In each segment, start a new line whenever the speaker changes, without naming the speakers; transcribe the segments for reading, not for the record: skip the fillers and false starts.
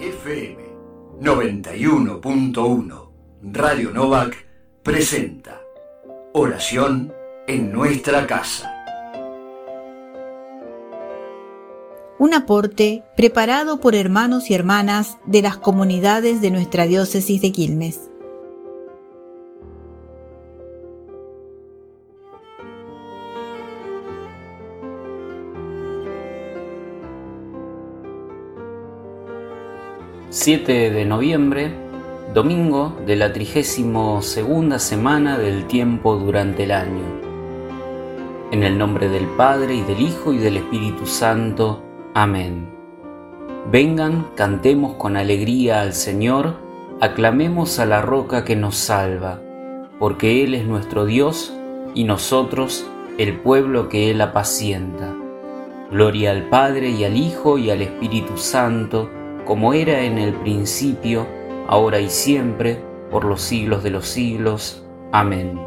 FM 91.1 Radio Novak presenta Oración en nuestra casa.
Un aporte preparado por hermanos y hermanas de las comunidades de nuestra diócesis de Quilmes.
...7 de noviembre, domingo de la 32ª semana del tiempo durante el año. En el nombre del Padre, y del Hijo, y del Espíritu Santo. Amén. Vengan, cantemos con alegría al Señor, aclamemos a la roca que nos salva, porque Él es nuestro Dios, y nosotros el pueblo que Él apacienta. Gloria al Padre, y al Hijo, y al Espíritu Santo, como era en el principio, ahora y siempre, por los siglos de los siglos. Amén.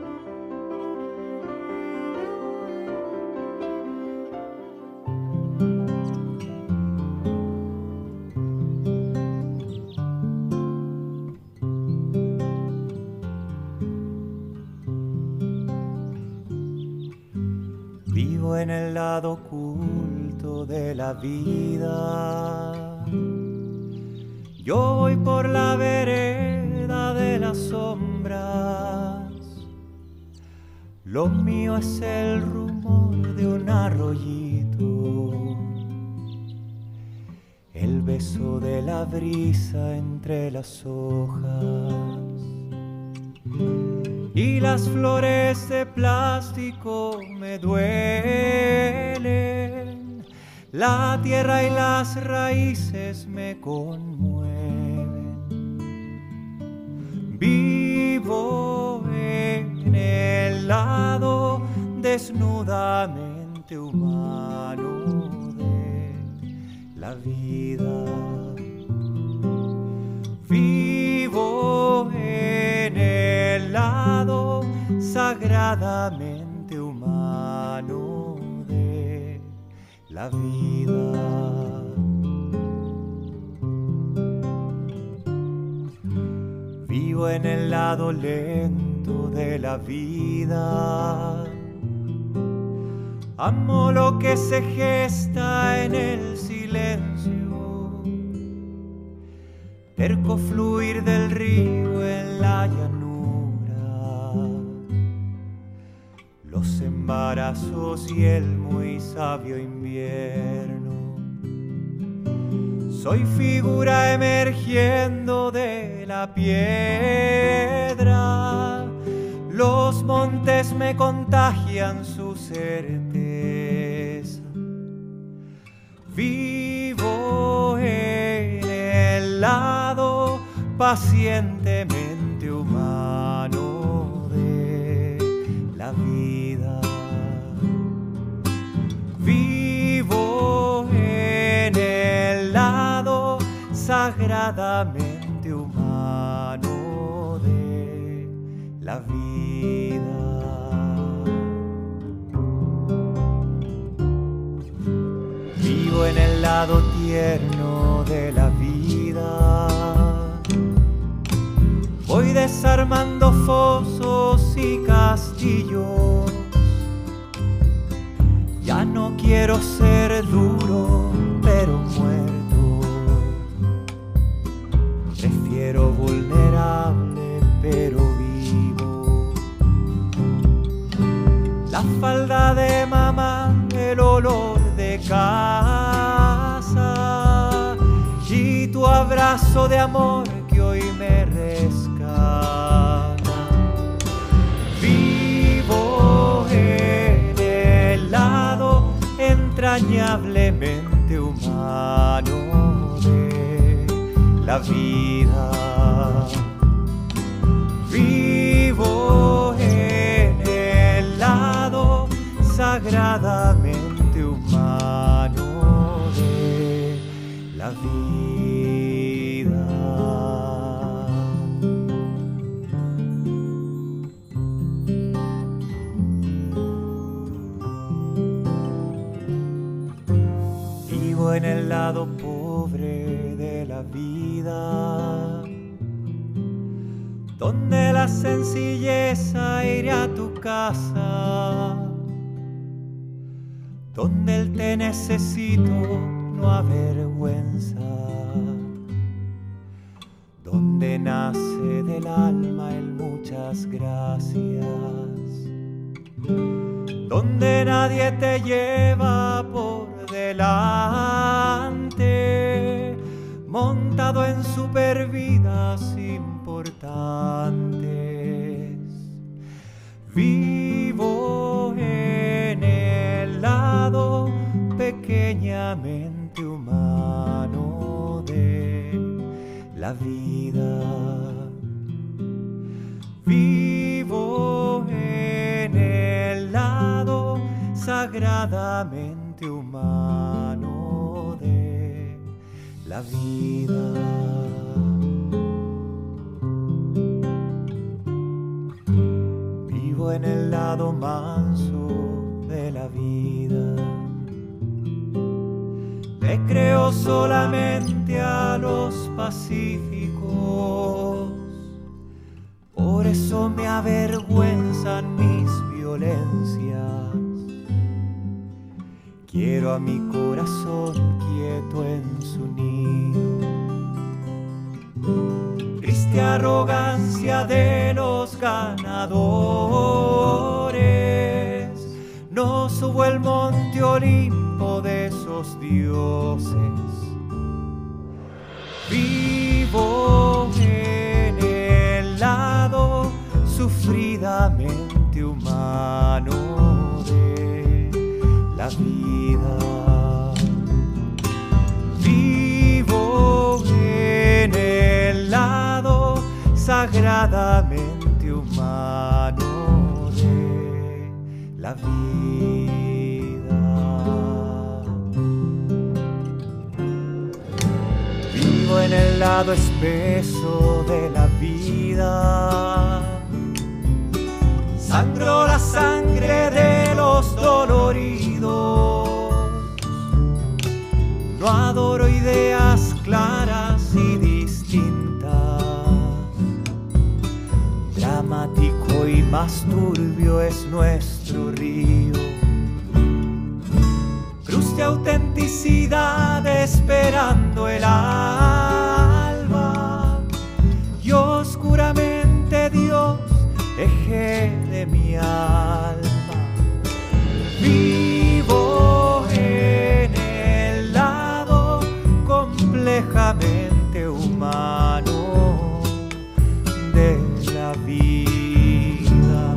Vivo en el lado oculto de la vida. Yo voy por la vereda de las sombras. Lo mío es el rumor de un arroyito, el beso de la brisa entre las hojas, y las flores de plástico me duelen. La tierra y las raíces me conmueven. Vivo en el lado desnudamente humano de la vida. Vivo en el lado sagradamente humano de la vida. Vivo en el lado lento de la vida. Amo lo que se gesta en el silencio, terco fluir del río en la llanura, los embarazos y el muy sabio invierno. Soy figura emergiendo de la piedra. Los montes me contagian su certeza. Vivo en el lado pacientemente humano de la vida. Vivo en el lado sagradamente humano de la vida. Vivo en el lado tierno de la vida. Voy desarmando fosos y castillos. Ya no quiero ser duro, pero muerto. Prefiero vulnerable, pero vivo. La falda de mamá, el olor de casa y tu abrazo de amor que hoy me rescata. Vivo en el lado entrañablemente humano de la vida. Vivo en el lado sagradamente humano de la vida. Vivo en el lado pobre de la vida, donde la sencilleza iré a tu casa, donde el te necesito no avergüenza, donde nace del alma el muchas gracias, donde nadie te lleva por delante, montado en supervidas importantes. Vivo en el lado pequeñamente humano de la vida. Vivo en el lado sagradamente humano de la vida. Vivo en el lado manso de la vida. Le creo solamente a los pacíficos. Por eso me avergüenzan mis violencias. Quiero a mi corazón quieto en su nido. Triste arrogancia de los ganadores. No subo el monte Olimpo de esos dioses. Vivo en el lado sufridamente humano de la vida. Vivo en el lado sagradamente humano de la vida. Vivo en el lado espeso de la vida. Sangro la sangre de los doloridos. No adoro ideas claras y distintas. Dramático y más turbio es nuestro río. Cruz de autenticidad esperando el alba. Y oscuramente Dios, eje de mi alma. Vivo en el lado complejamente humano de la vida.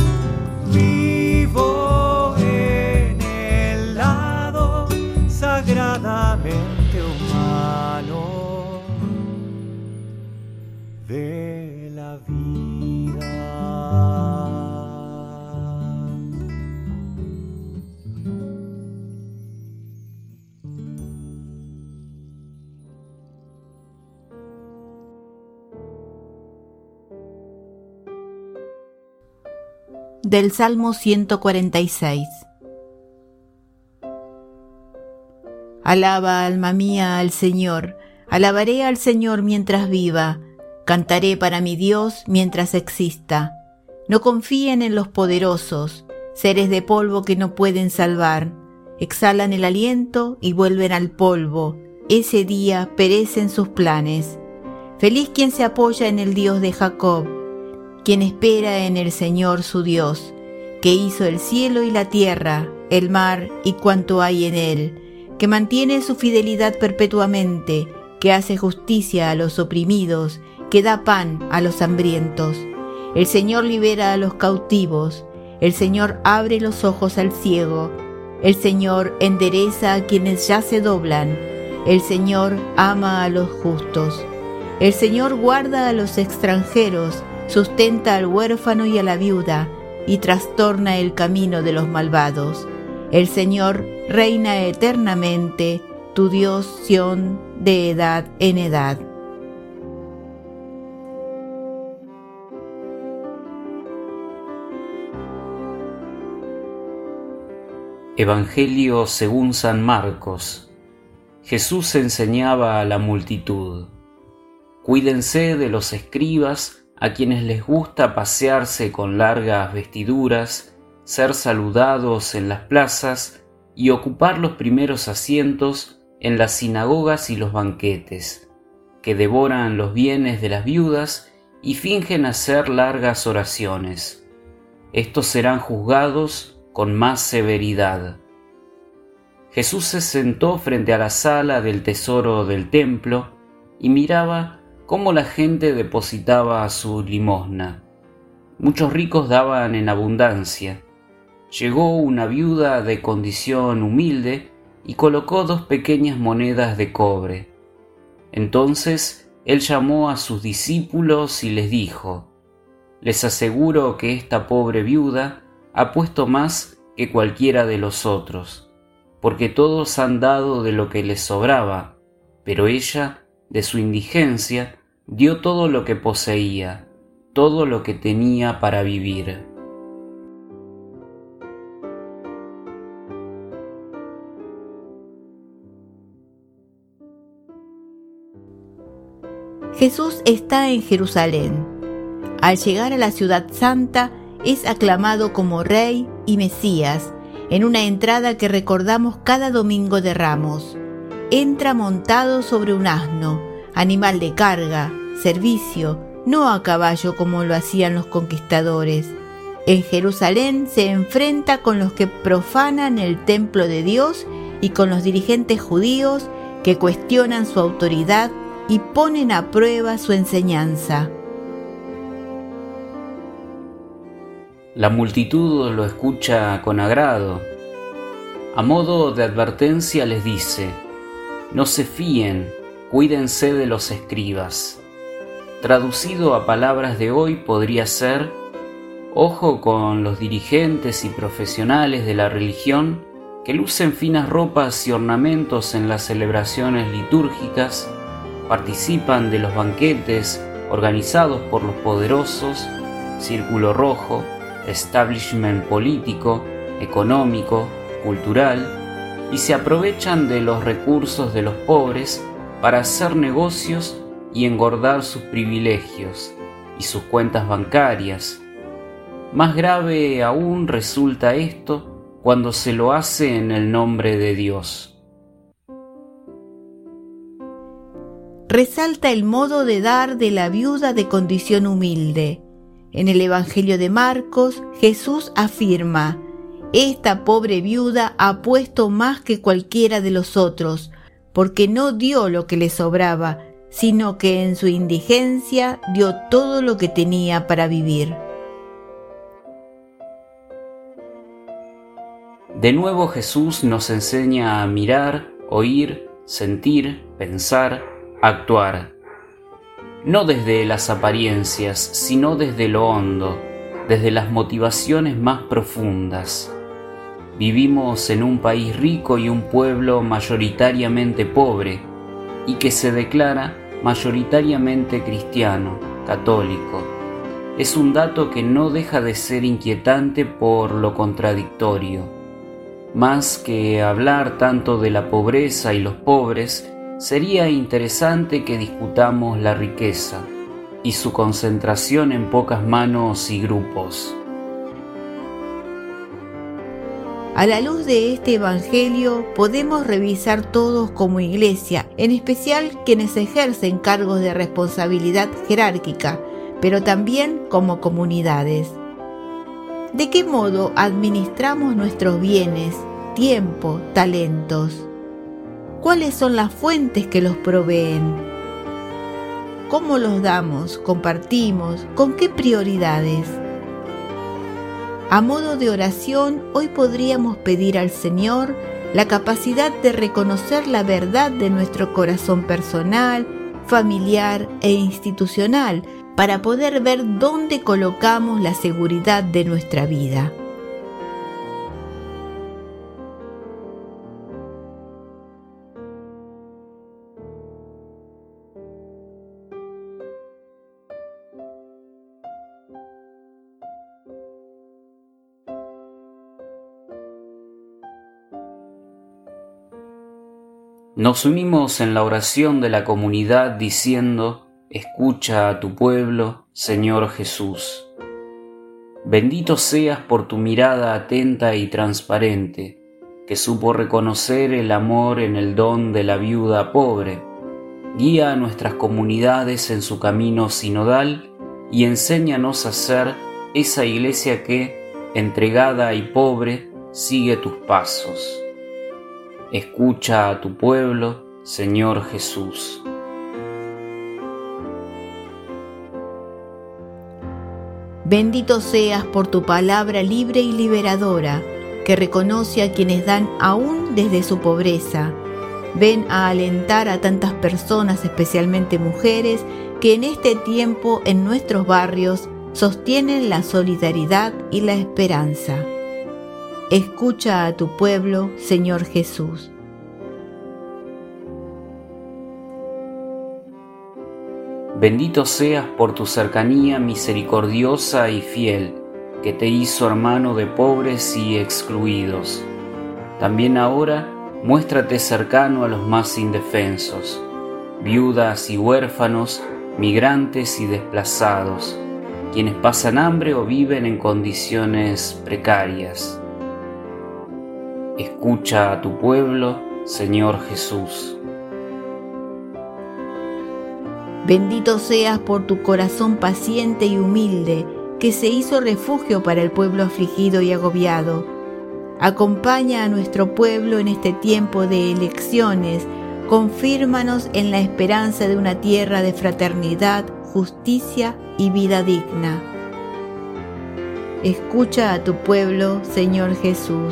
Vivo en el lado sagradamente humano de la vida.
Del Salmo 146. Alaba, alma mía, al Señor. Alabaré al Señor mientras viva. Cantaré para mi Dios mientras exista. No confíen en los poderosos, seres de polvo que no pueden salvar. Exhalan el aliento y vuelven al polvo. Ese día perecen sus planes. Feliz quien se apoya en el Dios de Jacob, quien espera en el Señor su Dios, que hizo el cielo y la tierra, el mar y cuanto hay en él, que mantiene su fidelidad perpetuamente, que hace justicia a los oprimidos, que da pan a los hambrientos. El Señor libera a los cautivos, el Señor abre los ojos al ciego, el Señor endereza a quienes ya se doblan, el Señor ama a los justos. El Señor guarda a los extranjeros, sustenta al huérfano y a la viuda, y trastorna el camino de los malvados. El Señor reina eternamente, tu Dios Sión, de edad en edad.
Evangelio según San Marcos. Jesús enseñaba a la multitud: cuídense de los escribas, a quienes les gusta pasearse con largas vestiduras, ser saludados en las plazas y ocupar los primeros asientos en las sinagogas y los banquetes, que devoran los bienes de las viudas y fingen hacer largas oraciones. Estos serán juzgados con más severidad. Jesús se sentó frente a la sala del tesoro del templo y miraba cómo la gente depositaba su limosna. Muchos ricos daban en abundancia. Llegó una viuda de condición humilde y colocó 2 pequeñas monedas de cobre. Entonces él llamó a sus discípulos y les dijo: les aseguro que esta pobre viuda ha puesto más que cualquiera de los otros, porque todos han dado de lo que les sobraba, pero ella, de su indigencia, dio todo lo que poseía, todo lo que tenía para vivir.
Jesús está en Jerusalén. Al llegar a la ciudad santa, es aclamado como Rey y Mesías, en una entrada que recordamos cada domingo de Ramos. Entra montado sobre un asno, animal de carga, servicio, no a caballo como lo hacían los conquistadores. En Jerusalén se enfrenta con los que profanan el templo de Dios y con los dirigentes judíos que cuestionan su autoridad y ponen a prueba su enseñanza.
La multitud lo escucha con agrado. A modo de advertencia les dice: no se fíen, cuídense de los escribas. Traducido a palabras de hoy podría ser: ojo con los dirigentes y profesionales de la religión que lucen finas ropas y ornamentos en las celebraciones litúrgicas, participan de los banquetes organizados por los poderosos, Círculo Rojo, establishment político, económico, cultural, y se aprovechan de los recursos de los pobres para hacer negocios y engordar sus privilegios y sus cuentas bancarias. Más grave aún resulta esto cuando se lo hace en el nombre de Dios.
Resalta el modo de dar de la viuda de condición humilde. En el Evangelio de Marcos, Jesús afirma: esta pobre viuda ha puesto más que cualquiera de los otros, porque no dio lo que le sobraba, sino que en su indigencia dio todo lo que tenía para vivir.
De nuevo Jesús nos enseña a mirar, oír, sentir, pensar, actuar. No desde las apariencias, sino desde lo hondo, desde las motivaciones más profundas. Vivimos en un país rico y un pueblo mayoritariamente pobre, y que se declara mayoritariamente cristiano, católico. Es un dato que no deja de ser inquietante por lo contradictorio. Más que hablar tanto de la pobreza y los pobres, sería interesante que discutamos la riqueza y su concentración en pocas manos y grupos.
A la luz de este Evangelio podemos revisar todos como iglesia, en especial quienes ejercen cargos de responsabilidad jerárquica, pero también como comunidades. ¿De qué modo administramos nuestros bienes, tiempo, talentos? ¿Cuáles son las fuentes que los proveen? ¿Cómo los damos, compartimos, con qué prioridades? A modo de oración, hoy podríamos pedir al Señor la capacidad de reconocer la verdad de nuestro corazón personal, familiar e institucional para poder ver dónde colocamos la seguridad de nuestra vida.
Nos unimos en la oración de la comunidad diciendo: escucha a tu pueblo, Señor Jesús. Bendito seas por tu mirada atenta y transparente, que supo reconocer el amor en el don de la viuda pobre. Guía a nuestras comunidades en su camino sinodal y enséñanos a ser esa iglesia que, entregada y pobre, sigue tus pasos. Escucha a tu pueblo, Señor Jesús.
Bendito seas por tu palabra libre y liberadora, que reconoce a quienes dan aún desde su pobreza. Ven a alentar a tantas personas, especialmente mujeres, que en este tiempo en nuestros barrios sostienen la solidaridad y la esperanza. Escucha a tu pueblo, Señor Jesús.
Bendito seas por tu cercanía misericordiosa y fiel, que te hizo hermano de pobres y excluidos. También ahora muéstrate cercano a los más indefensos, viudas y huérfanos, migrantes y desplazados, quienes pasan hambre o viven en condiciones precarias. Escucha a tu pueblo, Señor Jesús.
Bendito seas por tu corazón paciente y humilde, que se hizo refugio para el pueblo afligido y agobiado. Acompaña a nuestro pueblo en este tiempo de elecciones, confírmanos en la esperanza de una tierra de fraternidad, justicia y vida digna. Escucha a tu pueblo, Señor Jesús.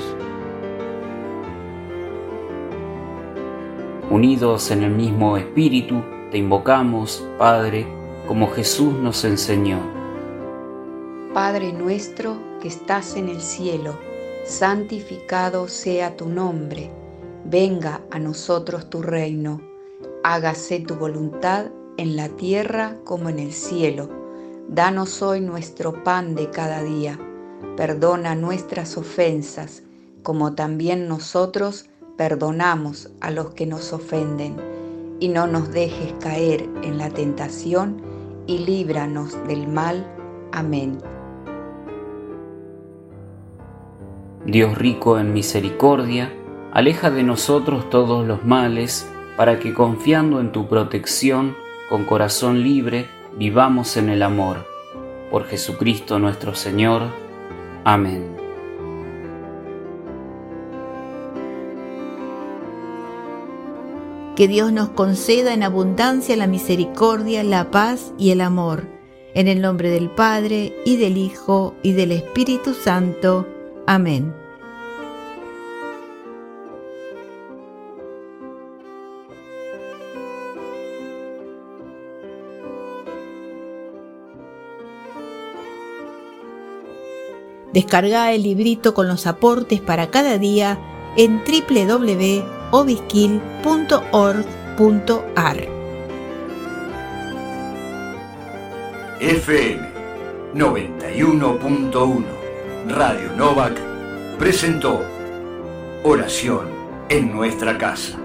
Unidos en el mismo espíritu, te invocamos, Padre, como Jesús nos enseñó.
Padre nuestro que estás en el cielo, santificado sea tu nombre. Venga a nosotros tu reino. Hágase tu voluntad en la tierra como en el cielo. Danos hoy nuestro pan de cada día. Perdona nuestras ofensas, como también nosotros perdonamos a los que nos ofenden. Y no nos dejes caer en la tentación, y líbranos del mal. Amén.
Dios rico en misericordia, aleja de nosotros todos los males, para que confiando en tu protección, con corazón libre, vivamos en el amor. Por Jesucristo nuestro Señor. Amén.
Que Dios nos conceda en abundancia la misericordia, la paz y el amor. En el nombre del Padre, y del Hijo, y del Espíritu Santo. Amén. Descarga el librito con los aportes para cada día en www.obiskil.org.ar.
FM 91.1 Radio Novak presentó Oración en nuestra casa.